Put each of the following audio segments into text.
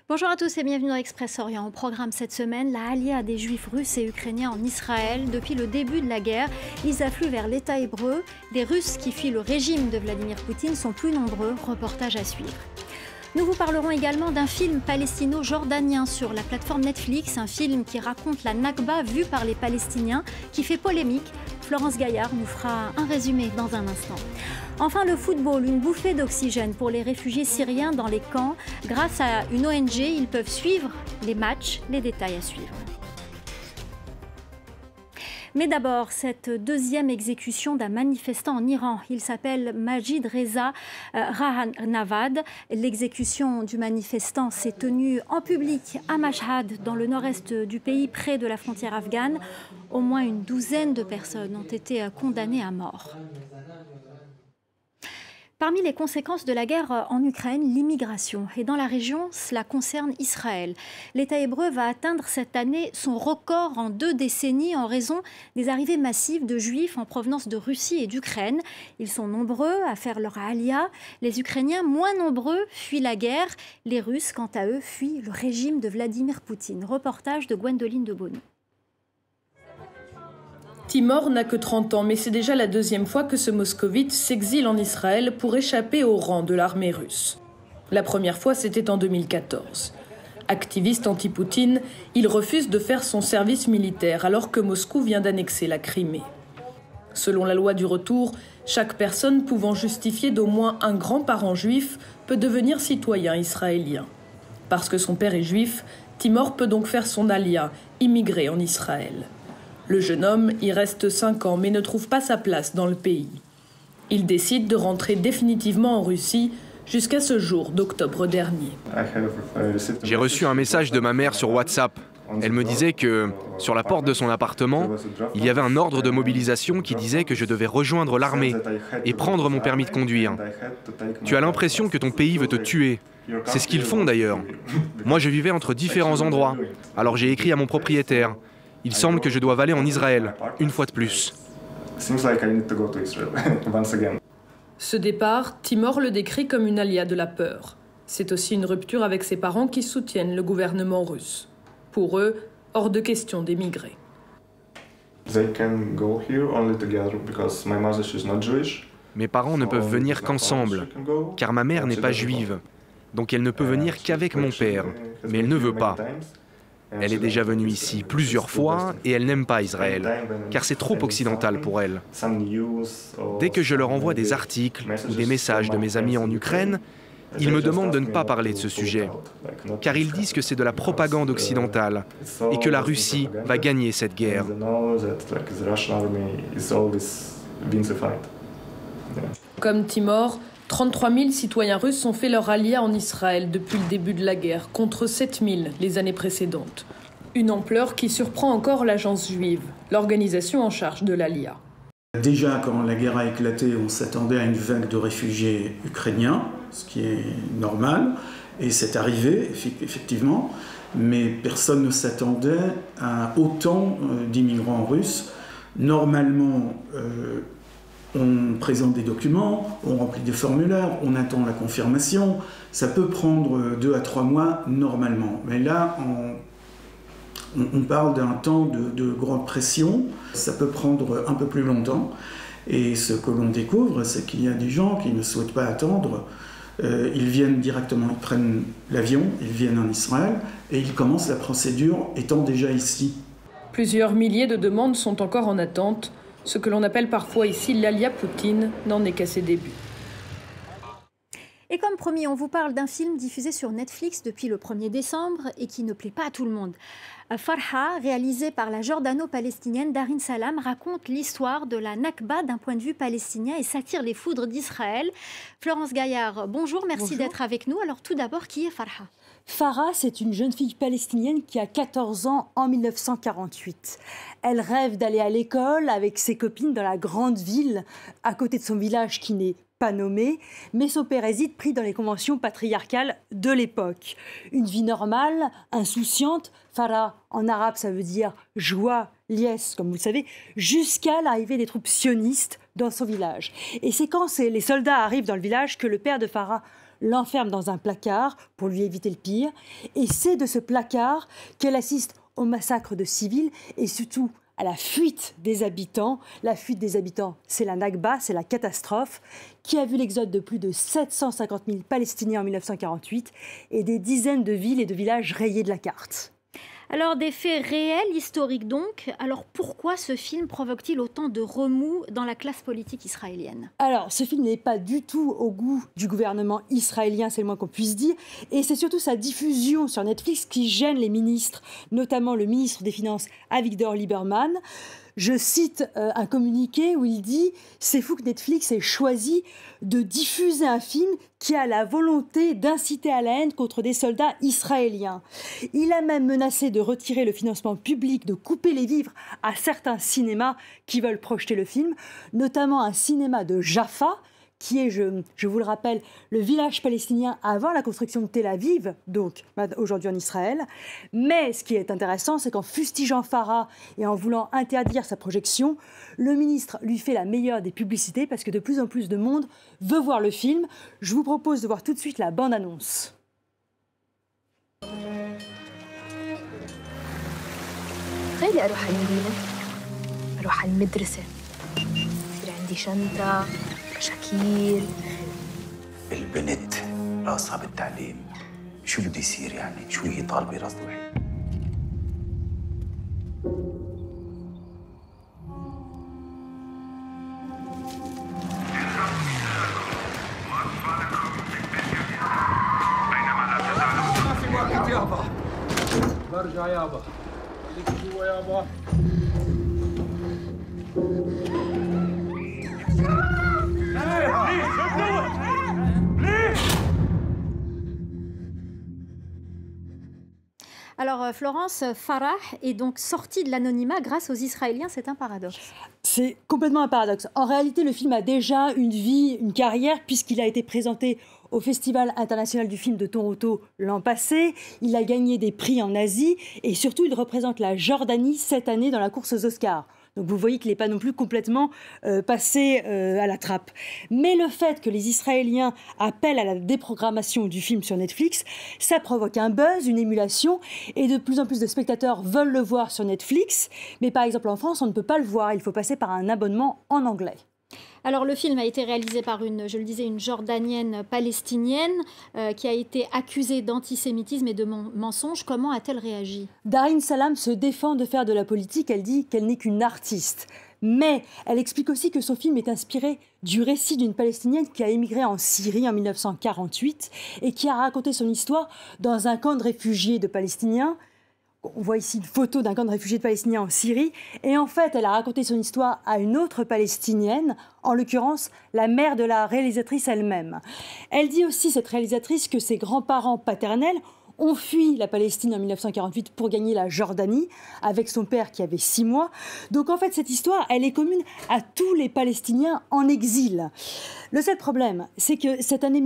Bonjour à tous et bienvenue dans Express Orient. Au programme cette semaine, la alia des juifs russes et ukrainiens en Israël. Depuis le début de la guerre, ils affluent vers l'État hébreu. Les Russes qui fuient le régime de Vladimir Poutine sont plus nombreux. Reportage à suivre. Nous vous parlerons également d'un film palestino-jordanien sur la plateforme Netflix, un film qui raconte la Nakba vue par les Palestiniens, qui fait polémique. Florence Gaillard nous fera un résumé dans un instant. Enfin, le football, une bouffée d'oxygène pour les réfugiés syriens dans les camps. Grâce à une ONG, ils peuvent suivre les matchs, les détails à suivre. Mais d'abord, cette deuxième exécution d'un manifestant en Iran. Il s'appelle Majid Reza Rahnavad. L'exécution du manifestant s'est tenue en public à Mashhad, dans le nord-est du pays, près de la frontière afghane. Au moins une douzaine de personnes ont été condamnées à mort. Parmi les conséquences de la guerre en Ukraine, l'immigration. Et dans la région, cela concerne Israël. L'État hébreu va atteindre cette année son record en 2 décennies en raison des arrivées massives de Juifs en provenance de Russie et d'Ukraine. Ils sont nombreux à faire leur alia. Les Ukrainiens, moins nombreux, fuient la guerre. Les Russes, quant à eux, fuient le régime de Vladimir Poutine. Reportage de Gwendoline de Beaune. Timor n'a que 30 ans, mais c'est déjà la deuxième fois que ce moscovite s'exile en Israël pour échapper au rang de l'armée russe. La première fois, c'était en 2014. Activiste anti-Poutine, il refuse de faire son service militaire alors que Moscou vient d'annexer la Crimée. Selon la loi du retour, chaque personne pouvant justifier d'au moins un grand-parent juif peut devenir citoyen israélien. Parce que son père est juif, Timor peut donc faire son alia, immigrer en Israël. Le jeune homme y reste 5 ans mais ne trouve pas sa place dans le pays. Il décide de rentrer définitivement en Russie jusqu'à ce jour d'octobre dernier. J'ai reçu un message de ma mère sur WhatsApp. Elle me disait que, sur la porte de son appartement, il y avait un ordre de mobilisation qui disait que je devais rejoindre l'armée et prendre mon permis de conduire. Tu as l'impression que ton pays veut te tuer. C'est ce qu'ils font d'ailleurs. Moi, je vivais entre différents endroits. Alors j'ai écrit à mon propriétaire. Il semble que je doive aller en Israël, une fois de plus. Ce départ, Timor le décrit comme une alia de la peur. C'est aussi une rupture avec ses parents qui soutiennent le gouvernement russe. Pour eux, hors de question d'émigrer. Mes parents ne peuvent venir qu'ensemble, car ma mère n'est pas juive. Donc elle ne peut venir qu'avec mon père, mais elle ne veut pas. Elle est déjà venue ici plusieurs fois et elle n'aime pas Israël, car c'est trop occidental pour elle. Dès que je leur envoie des articles ou des messages de mes amis en Ukraine, ils me demandent de ne pas parler de ce sujet, car ils disent que c'est de la propagande occidentale et que la Russie va gagner cette guerre. Comme Timor, 33 000 citoyens russes ont fait leur alia en Israël depuis le début de la guerre, contre 7 000 les années précédentes. Une ampleur qui surprend encore l'agence juive, l'organisation en charge de l'alia. Déjà, quand la guerre a éclaté, on s'attendait à une vague de réfugiés ukrainiens, ce qui est normal, et c'est arrivé, effectivement, mais personne ne s'attendait à autant d'immigrants russes. Normalement, on présente des documents, on remplit des formulaires, on attend la confirmation. Ça peut prendre 2 à 3 mois normalement. Mais là, on parle d'un temps de grande pression. Ça peut prendre un peu plus longtemps. Et ce que l'on découvre, c'est qu'il y a des gens qui ne souhaitent pas attendre. Ils viennent directement, ils prennent l'avion, ils viennent en Israël et ils commencent la procédure étant déjà ici. Plusieurs milliers de demandes sont encore en attente. Ce que l'on appelle parfois ici l'alia Poutine n'en est qu'à ses débuts. Et comme promis, on vous parle d'un film diffusé sur Netflix depuis le 1er décembre et qui ne plaît pas à tout le monde. Farha, réalisé par la jordano-palestinienne Darin Salam, raconte l'histoire de la Nakba d'un point de vue palestinien et s'attire les foudres d'Israël. Florence Gaillard, bonjour, merci d'être avec nous. Alors tout d'abord, qui est Farha ? Farah, c'est une jeune fille palestinienne qui a 14 ans en 1948. Elle rêve d'aller à l'école avec ses copines dans la grande ville, à côté de son village qui n'est pas nommé, mais son père hésite, pris dans les conventions patriarcales de l'époque. Une vie normale, insouciante, Farah, en arabe, ça veut dire joie, liesse, comme vous le savez, jusqu'à l'arrivée des troupes sionistes dans son village. Et c'est quand les soldats arrivent dans le village que le père de Farah l'enferme dans un placard pour lui éviter le pire. Et c'est de ce placard qu'elle assiste au massacre de civils et surtout à la fuite des habitants. La fuite des habitants, c'est la Nakba, c'est la catastrophe, qui a vu l'exode de plus de 750 000 Palestiniens en 1948 et des dizaines de villes et de villages rayés de la carte. Alors, des faits réels, historiques donc. Alors, pourquoi ce film provoque-t-il autant de remous dans la classe politique israélienne? Alors, ce film n'est pas du tout au goût du gouvernement israélien, c'est le moins qu'on puisse dire. Et c'est surtout sa diffusion sur Netflix qui gêne les ministres, notamment le ministre des Finances, Avigdor Lieberman. Je cite un communiqué où il dit « C'est fou que Netflix ait choisi de diffuser un film qui a la volonté d'inciter à la haine contre des soldats israéliens. » Il a même menacé de retirer le financement public, de couper les vivres à certains cinémas qui veulent projeter le film, notamment un cinéma de Jaffa, qui est, je vous le rappelle, le village palestinien avant la construction de Tel Aviv, donc aujourd'hui en Israël. Mais ce qui est intéressant, c'est qu'en fustigeant Farah et en voulant interdire sa projection, le ministre lui fait la meilleure des publicités parce que de plus en plus de monde veut voir le film. Je vous propose de voir tout de suite la bande-annonce. شكيل البنت راسها بالتعليم شو بده يصير يعني شو هي طالبه راس وحيد ما في وقت يابا برجع يابا خليك جوا يابا Alors Florence, Farah est donc sortie de l'anonymat grâce aux Israéliens, c'est un paradoxe. C'est complètement un paradoxe. En réalité, le film a déjà une vie, une carrière, puisqu'il a été présenté au Festival international du film de Toronto l'an passé. Il a gagné des prix en Asie et surtout, il représente la Jordanie cette année dans la course aux Oscars. Donc vous voyez qu'il n'est pas non plus complètement passé à la trappe. Mais le fait que les Israéliens appellent à la déprogrammation du film sur Netflix, ça provoque un buzz, une émulation, et de plus en plus de spectateurs veulent le voir sur Netflix. Mais par exemple en France, on ne peut pas le voir, il faut passer par un abonnement en anglais. Alors le film a été réalisé par je le disais, une Jordanienne palestinienne qui a été accusée d'antisémitisme et de mensonges. Comment a-t-elle réagi? Darin Salam se défend de faire de la politique, elle dit qu'elle n'est qu'une artiste. Mais elle explique aussi que son film est inspiré du récit d'une Palestinienne qui a émigré en Syrie en 1948 et qui a raconté son histoire dans un camp de réfugiés de Palestiniens. On voit ici une photo d'un camp de réfugiés palestiniens en Syrie. Et en fait, elle a raconté son histoire à une autre Palestinienne, en l'occurrence la mère de la réalisatrice elle-même. Elle dit aussi, cette réalisatrice, que ses grands-parents paternels ont fui la Palestine en 1948 pour gagner la Jordanie, avec son père qui avait 6 mois. Donc en fait, cette histoire, elle est commune à tous les Palestiniens en exil. Le seul problème, c'est que cette année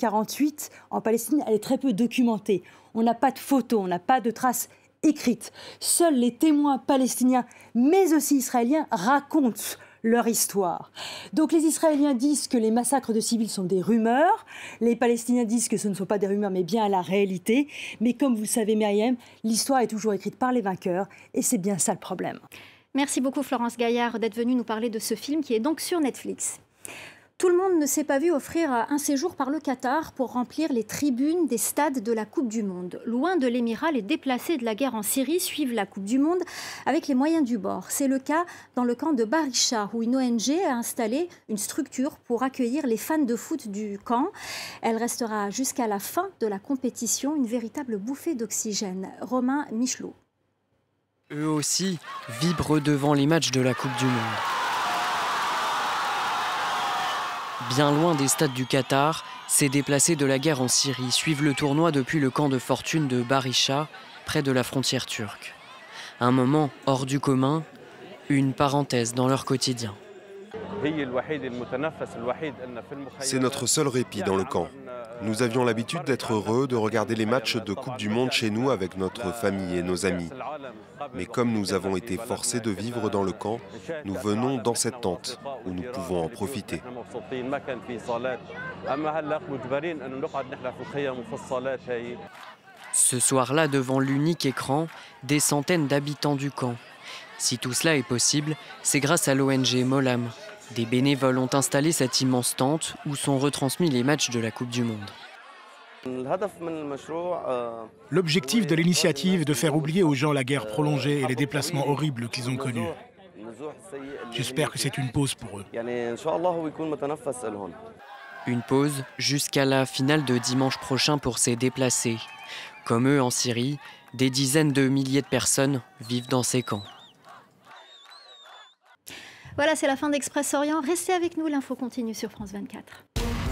1948, en Palestine, elle est très peu documentée. On n'a pas de photos, on n'a pas de traces écrites. Seuls les témoins palestiniens, mais aussi israéliens, racontent leur histoire. Donc les Israéliens disent que les massacres de civils sont des rumeurs, les Palestiniens disent que ce ne sont pas des rumeurs mais bien la réalité. Mais comme vous le savez Myriam, l'histoire est toujours écrite par les vainqueurs et c'est bien ça le problème. Merci beaucoup Florence Gaillard d'être venue nous parler de ce film qui est donc sur Netflix. Tout le monde ne s'est pas vu offrir un séjour par le Qatar pour remplir les tribunes des stades de la Coupe du Monde. Loin de l'Émirat, les déplacés de la guerre en Syrie suivent la Coupe du Monde avec les moyens du bord. C'est le cas dans le camp de Barisha, où une ONG a installé une structure pour accueillir les fans de foot du camp. Elle restera jusqu'à la fin de la compétition, une véritable bouffée d'oxygène. Romain Michelot. Eux aussi vibrent devant les matchs de la Coupe du Monde. Bien loin des stades du Qatar, ces déplacés de la guerre en Syrie suivent le tournoi depuis le camp de fortune de Barisha, près de la frontière turque. Un moment hors du commun, une parenthèse dans leur quotidien. C'est notre seul répit dans le camp. Nous avions l'habitude d'être heureux, de regarder les matchs de Coupe du Monde chez nous avec notre famille et nos amis. Mais comme nous avons été forcés de vivre dans le camp, nous venons dans cette tente où nous pouvons en profiter. Ce soir-là, devant l'unique écran, des centaines d'habitants du camp. Si tout cela est possible, c'est grâce à l'ONG Molam. Des bénévoles ont installé cette immense tente où sont retransmis les matchs de la Coupe du Monde. L'objectif de l'initiative est de faire oublier aux gens la guerre prolongée et les déplacements horribles qu'ils ont connus. J'espère que c'est une pause pour eux. Une pause jusqu'à la finale de dimanche prochain pour ces déplacés. Comme eux en Syrie, des dizaines de milliers de personnes vivent dans ces camps. Voilà, c'est la fin d'Express Orient. Restez avec nous, l'info continue sur France 24.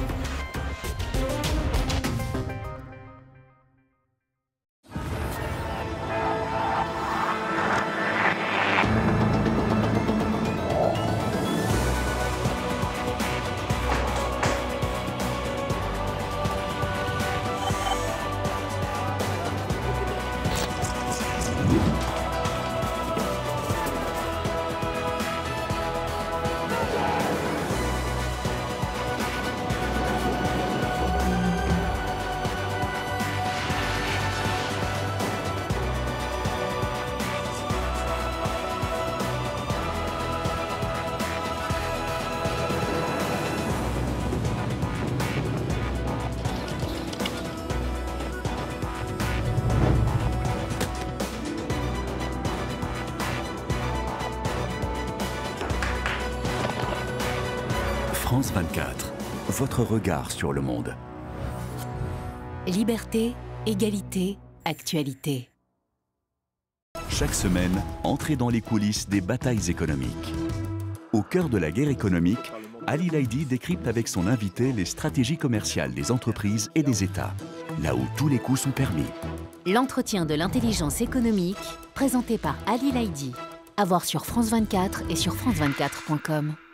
France 24, votre regard sur le monde. Liberté, égalité, actualité. Chaque semaine, entrez dans les coulisses des batailles économiques. Au cœur de la guerre économique, Ali Laïdi décrypte avec son invité les stratégies commerciales des entreprises et des États, là où tous les coups sont permis. L'entretien de l'intelligence économique, présenté par Ali Laïdi. À voir sur France 24 et sur France24.com.